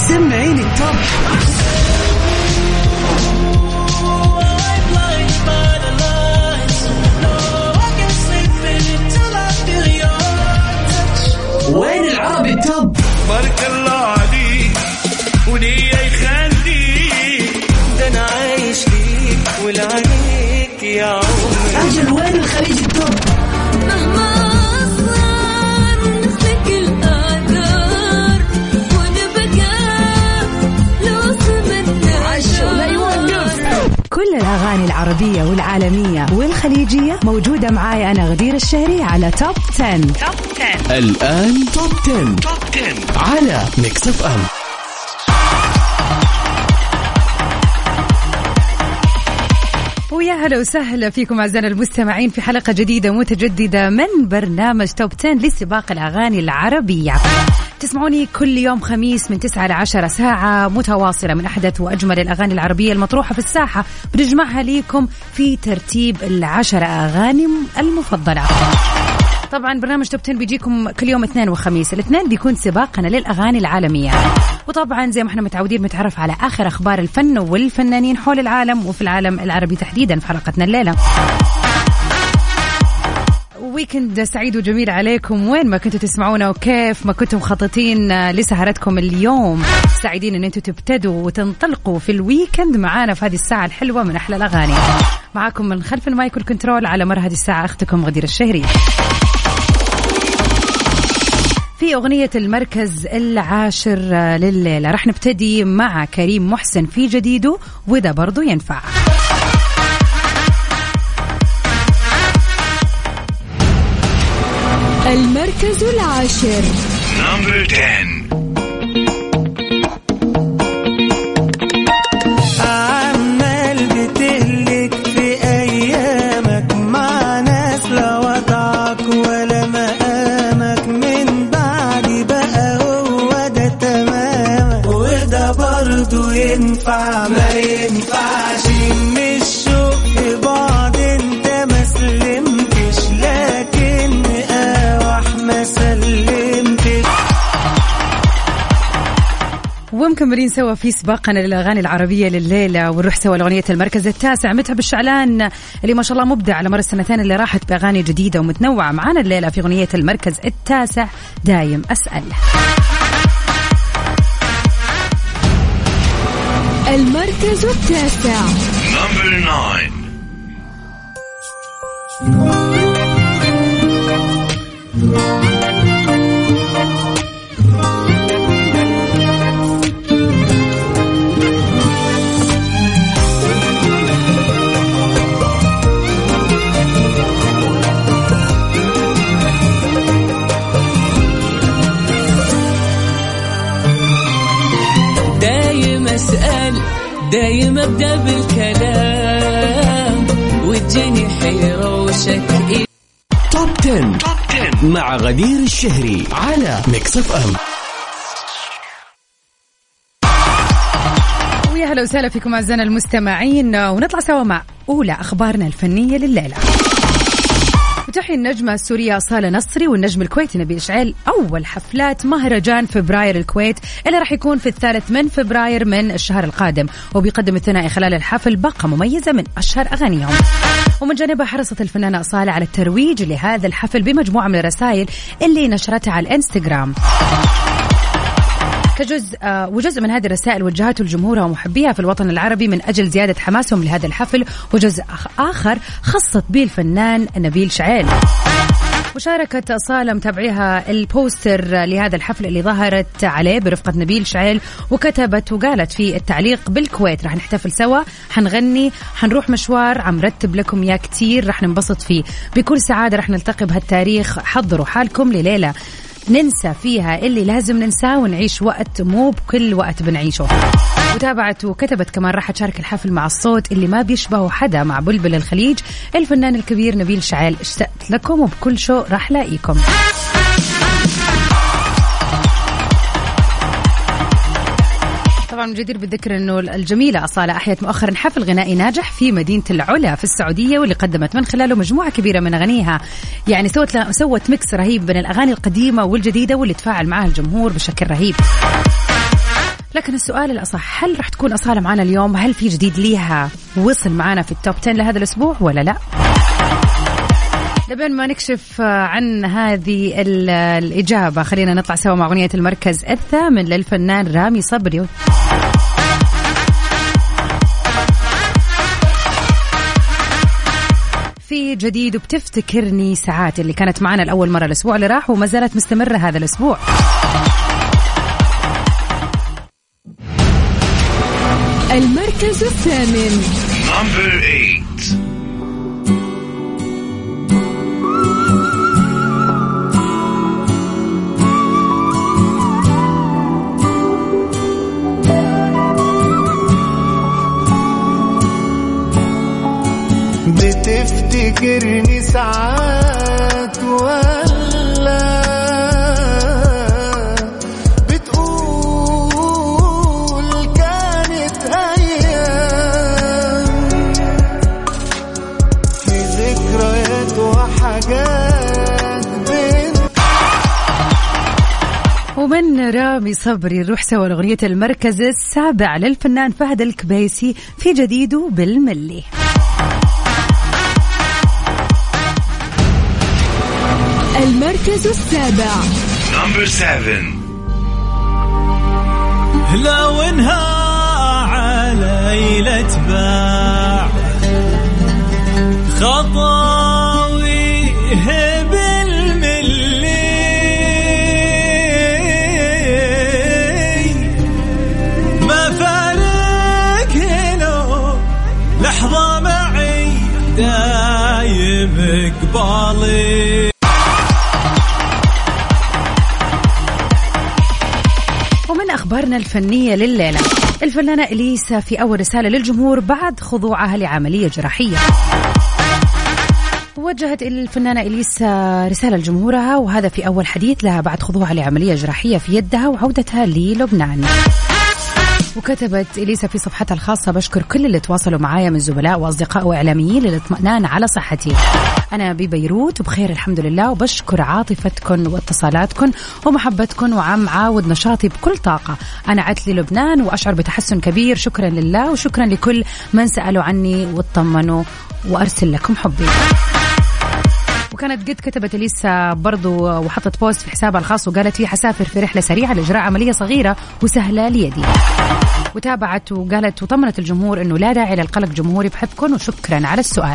سمعيني التوب. وين العربي التوب؟ بارك الله عليك وليه يخليك، ده انا عايش ليك ولعنيك يا عمري. أجل وين الخليج التوب؟ مهما أصغر نسلك الآثار ونبقى لو سمتنا عشو لا يوقف. كل الأغاني العربية والعالمية والخليجية موجودة معاي أنا غدير الشهري على توب 10. الآن توب 10 على ميكس اف ام. ويا هلا وسهلا فيكم أعزائنا المستمعين في حلقة جديدة متجددة من برنامج توب 10 لسباق الأغاني العربية. تسمعوني كل يوم خميس من 9 ل 10 ساعة متواصلة من أحدث وأجمل الأغاني العربية المطروحة في الساحة، بنجمعها ليكم في ترتيب 10 أغاني المفضلة. طبعا برنامج توب 10 بيجيكم كل يوم اثنين وخميس. الاثنين بيكون سباقنا للأغاني العالمية، وطبعا زي ما احنا متعودين بنتعرف على آخر أخبار الفن والفنانين حول العالم وفي العالم العربي تحديدا في حلقتنا الليلة. ويكند سعيد وجميل عليكم وين ما كنتوا تسمعونا وكيف ما كنتم مخططين لسهرتكم اليوم. سعيدين ان انتوا تبتدوا وتنطلقوا في الويكند معانا في هذه الساعة الحلوة من أحلى الأغاني. معاكم من خلف المايك والكنترول على مر هذه الساعة أختكم غدير الشهري. في أغنية المركز 10 لليلة رح نبتدي مع كريم محسن في جديده وده برضو ينفع. المركز 10 نمبر 10. عمال بتهلك في أيامك مع ناس لا وضعك ولا مقامك، من بعد بقى هو ده تمامك وده برضو ينفع ما ينفعش. مش شوق بعض انت ما سلمتش، لكن ما سلمتش. ومكملين سوا في سباقنا للأغاني العربية لليلة، ونروح سوا لأغنية المركز 9 متعب الشعلان اللي ما شاء الله مبدع على مر السنتين اللي راحت بأغاني جديدة ومتنوعة. معانا الليلة في أغنية المركز 9 دايم أسأل. المركز 9 نمبر 9. دايم أسأل دايم أبدأ بالكلام وتجيني حيرة وشك. توب 10 مع غدير الشهري على ميكس اف ام. ويا هلا وسهلا فيكم أعزائنا المستمعين، ونطلع سوا مع أولى أخبارنا الفنية لليلة. وتحيي النجمة السورية أصالة نصري والنجم الكويتي نبيل شعيل أول حفلات مهرجان فبراير الكويت اللي راح يكون في 3 من فبراير من الشهر القادم، وبيقدم الثنائي خلال الحفل باقة مميزة من أشهر أغانيهم. ومن جانبها حرصت الفنانة أصالة على الترويج لهذا الحفل بمجموعة من الرسائل اللي نشرتها على الانستغرام. وجزء من هذه الرسائل وجهته لجمهورها ومحبيها في الوطن العربي من أجل زيادة حماسهم لهذا الحفل، وجزء آخر خصت به الفنان نبيل شعيل. وشاركت أصالة متابعيها البوستر لهذا الحفل اللي ظهرت عليه برفقة نبيل شعيل، وكتبت وقالت في التعليق: بالكويت رح نحتفل سوا، حنغني، حنروح مشوار عم رتب لكم يا كتير، رح ننبسط فيه بكل سعادة، رح نلتقي بهالتاريخ، حضروا حالكم لليلة ننسى فيها اللي لازم ننساه ونعيش وقت مو بكل وقت بنعيشه. وتابعت وكتبت كمان راح تشارك الحفل مع الصوت اللي ما بيشبهه حدا مع بلبل الخليج الفنان الكبير نبيل شعيل، اشتقت لكم وبكل شوق راح لاقيكم. طبعا من جدير بالذكر انه الجميله أصالة احيت مؤخرا حفل غنائي ناجح في مدينه العلا في السعوديه، واللي قدمت من خلاله مجموعه كبيره من اغانيها، يعني سوت ميكس رهيب بين الاغاني القديمه والجديده واللي تفاعل معها الجمهور بشكل رهيب. لكن السؤال الأصح، هل رح تكون أصالة معنا اليوم؟ هل في جديد ليها وصل معنا في التوب 10 لهذا الأسبوع ولا لا؟ لبين ما نكشف عن هذه الإجابة خلينا نطلع سوا مع أغنية المركز الثامن للفنان رامي صبري. في جديد وبتفتكرني ساعات اللي كانت معنا الأول مرة الأسبوع اللي راح وما زالت مستمرة هذا الأسبوع. المركز الثامن. Number 8. بتفتكرني ساعات ولا بتقول كانت أيام في ذكريات وحاجات ومن رامي صبري نروح سوا لأغنية المركز السابع للفنان فهد الكبيسي في جديده بالملي. المركز السابع. Number 7. لو انها علي لتباع خطاويه بالملي ما فارق هنا لحظة معي دايم قبالي. ومن أخبارنا الفنية لليلة، الفنانة إليسا في أول رسالة للجمهور بعد خضوعها لعملية جراحية. وجهت الفنانة إليسا رسالة لجمهورها وهذا في أول حديث لها بعد خضوعها لعملية جراحية في يدها وعودتها للبنان. وكتبت إليسا في صفحتها الخاصة: بشكر كل اللي تواصلوا معايا من زملاء وأصدقاء وإعلاميين للاطمئنان على صحتي. أنا ببيروت وبخير الحمد لله، وبشكر عاطفتكم واتصالاتكم ومحبتكم وعم عاود نشاطي بكل طاقة. أنا عدت للبنان وأشعر بتحسن كبير، شكرا لله وشكرا لكل من سألوا عني واطمنوا وأرسل لكم حبي. وكانت قد كتبت إليسا برضو وحطت بوست في حسابها الخاص وقالت فيه: حسافر في رحلة سريعة لإجراء عملية صغيرة وسهلة ليدي. وتابعت وقالت وطمنت الجمهور أنه لا داعي للقلق، جمهوري بحبكم وشكرا على السؤال.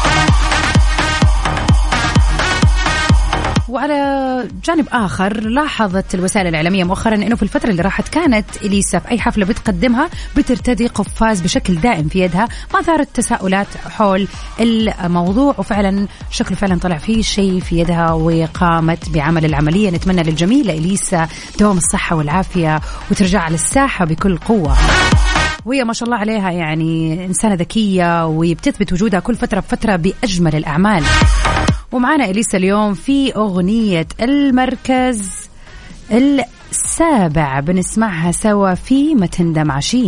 وعلى جانب آخر، لاحظت الوسائل الإعلامية مؤخرا أنه في الفترة اللي راحت كانت إليسا في أي حفلة بتقدمها بترتدي قفاز بشكل دائم في يدها، ما ثارت تساؤلات حول الموضوع، وفعلا شكله فعلا طلع فيه شيء في يدها وقامت بعمل العملية. نتمنى للجميلة إليسا دوام الصحة والعافية وترجع على الساحة بكل قوة. وهي ما شاء الله عليها يعني إنسانة ذكية وبتثبت وجودها كل فترة بفترة بأجمل الأعمال. ومعنا إليسا اليوم في أغنية المركز السابع بنسمعها سوا في ما تندم عشيه.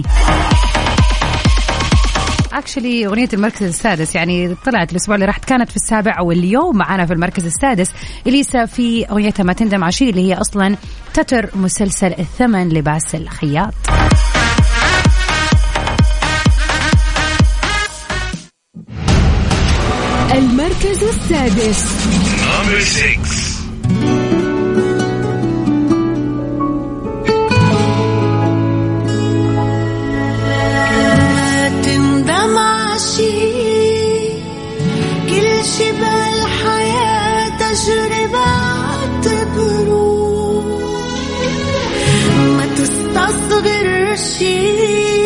اكشلي أغنية المركز السادس يعني طلعت الأسبوع اللي راحت كانت في السابع، واليوم معنا في المركز السادس إليسا في أغنيتها ما تندم عشيه اللي هي أصلا تتر مسلسل الثمن لباسل الخياط. المركز السادس. Number 6. تندم عشي كل شي بالحياة تجربة اعتبره ما تستصغر شي،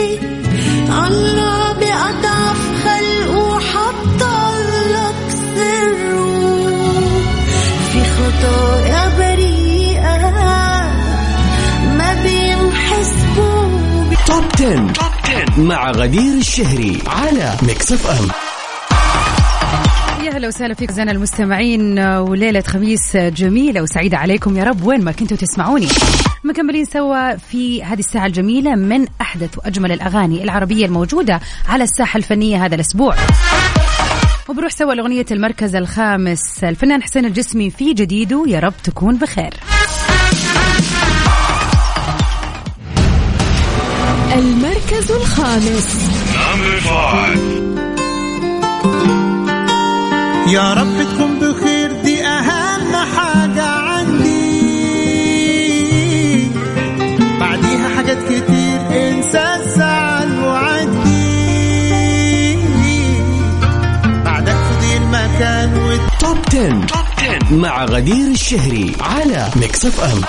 الله بأضعف خلقه حطلك سره في خطايا بريئة ما بينحسبوا. توب 10 مع غدير الشهري على ميكس اف ام. يا هلا وسهلا فيك زين المستمعين، وليلة خميس جميلة وسعيدة عليكم يا رب وين ما كنتوا تسمعوني. مكملين سوا في هذه الساعة الجميلة من أحدث وأجمل الأغاني العربية الموجودة على الساحة الفنية هذا الأسبوع. وبروح سوا لأغنية المركز الخامس، الفنان حسين الجسمي في جديده يا رب تكون بخير. المركز الخامس. Number 5. يا رب تكون بخير دي أهم حاجة عندي، بعديها حاجات كتير انسى الزعل وعدي، بعدك فضي المكان توب 10 مع غدير الشهري على ميكس اف ام.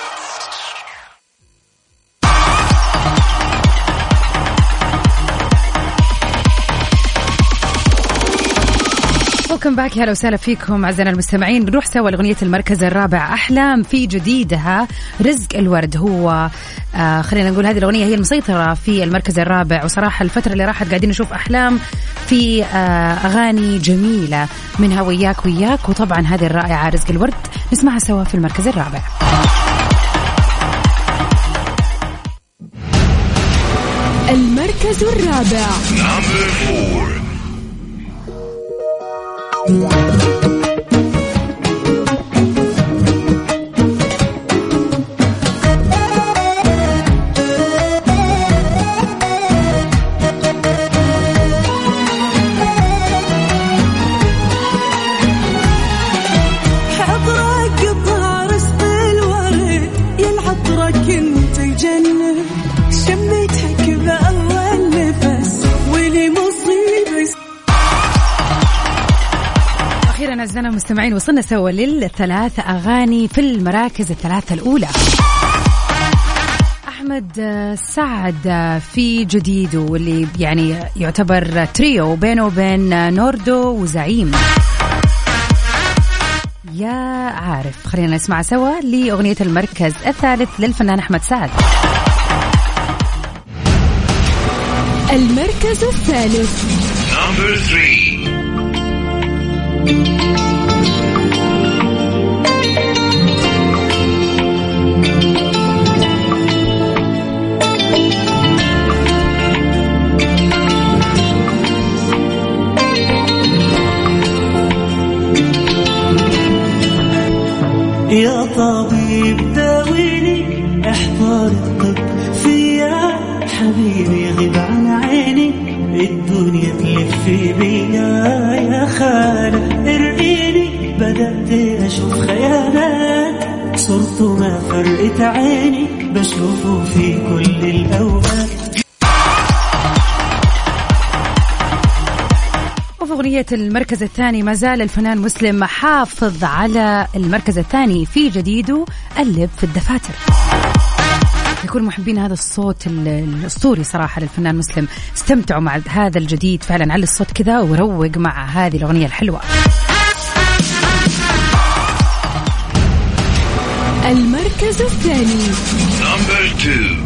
ويلكم باك، هلا وسهلا فيكم اعزائنا المستمعين. نروح سوا لاغنيه المركز الرابع، احلام في جديدها رزق الورد. هو خلينا نقول هذه الاغنيه هي المسيطره في المركز الرابع، وصراحه الفتره اللي راحت قاعدين نشوف احلام في اغاني جميله منها وياك وياك، وطبعا هذه الرائعه رزق الورد نسمعها سوا في المركز الرابع. المركز الرابع. Number 4. أعزائنا المستمعين وصلنا سوا للثلاث أغاني في المراكز الثلاثة الأولى. أحمد سعد في جديده، واللي يعني يعتبر تريو بينه وبين نوردو وزعيم يا عارف. خلينا نسمع سوا لأغنية المركز الثالث للفنان أحمد سعد. المركز الثالث. Number 3. يا طبيب داويني احضر الطب فيا حبيبي غيب عن عيني الدنيا تلف بيا يا خالة ارقيني بدأت أشوف خيالات صرته ما فرقت عيني بشوفه في كل الأوقات. وفي أغنية المركز الثاني ما زال الفنان مسلم محافظ على المركز الثاني في جديده قلب في الدفاتر. يكون محبين هذا الصوت الأسطوري صراحة للفنان مسلم، استمتعوا مع هذا الجديد فعلا، على الصوت كذا وروق مع هذه الأغنية الحلوة. المركز الثاني. Number 2.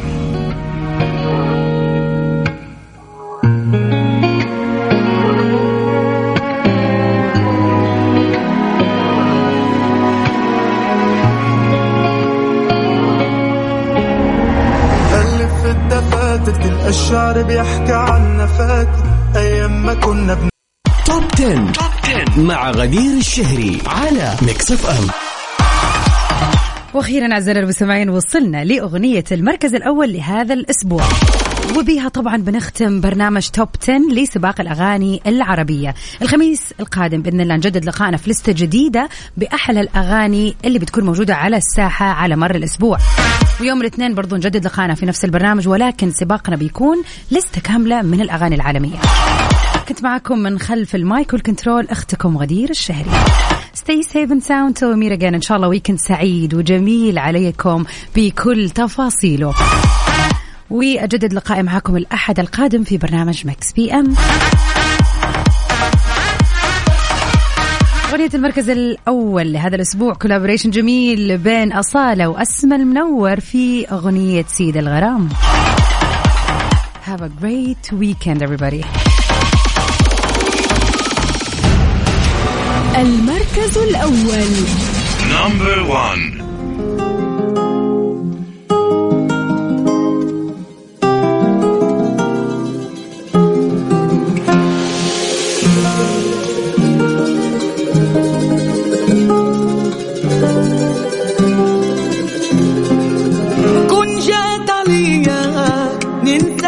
الشعر بيحكي عنا فاكر أيام ما كنا توب 10 مع غدير الشهري على ميكس اف ام. واخيرا اعزائنا المستمعين وصلنا لاغنيه المركز الاول لهذا الاسبوع، وبها طبعا بنختم برنامج توب 10 لسباق الاغاني العربيه. الخميس القادم باذن الله نجدد لقائنا في لسته جديده باحلى الاغاني اللي بتكون موجوده على الساحه على مر الاسبوع، ويوم الاثنين برضو نجدد لقائنا في نفس البرنامج، ولكن سباقنا بيكون لسته كامله من الاغاني العالميه. كنت معكم من خلف المايك والكنترول اختكم غدير الشهري. Stay safe and sound till we meet again. إن شاء الله ويكند سعيد وجميل عليكم بكل تفاصيله. وأجدد لقائي معكم الأحد القادم في برنامج مكس بي أم. أغنية المركز الأول لهذا الأسبوع كولابوريشن جميل بين أصالة وأسمى المنور في أغنية سيد الغرام. Have a great weekend everybody. المركز الأول. Number 1. كن جات عليا ننسى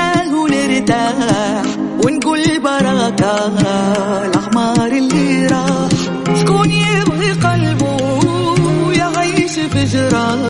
تجرى.